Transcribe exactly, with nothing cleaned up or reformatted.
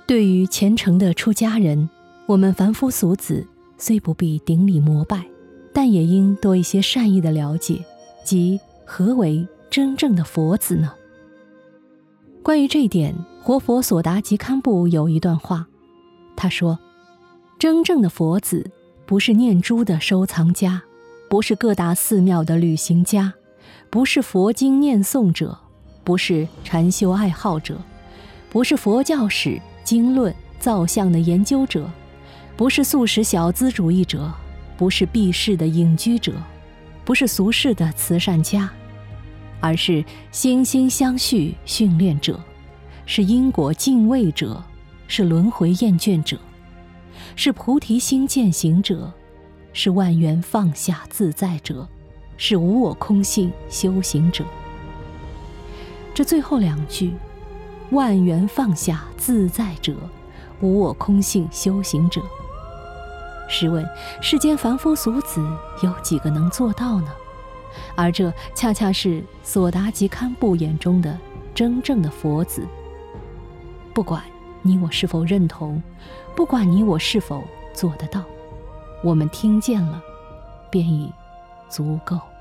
对于虔诚的出家人，我们凡夫俗子虽不必顶礼膜拜，但也应多一些善意的了解，即何为真正的佛子呢？关于这一点，活佛索达吉堪布有一段话，他说，真正的佛子不是念珠的收藏家，不是各大寺庙的旅行家，不是佛经念诵者，不是禅修爱好者，不是佛教史、经论、造像的研究者，不是素食小资主义者，不是避世的隐居者，不是俗世的慈善家，而是惺惺相续训练者，是因果敬畏者，是轮回厌倦者，是菩提心践行者，是万缘放下自在者，是无我空性修行者。这最后两句，万缘放下自在者，无我空性修行者，试问世间凡夫俗子有几个能做到呢？而这恰恰是索达吉堪布眼中的真正的佛子。不管你我是否认同，不管你我是否做得到，我们听见了便已足够。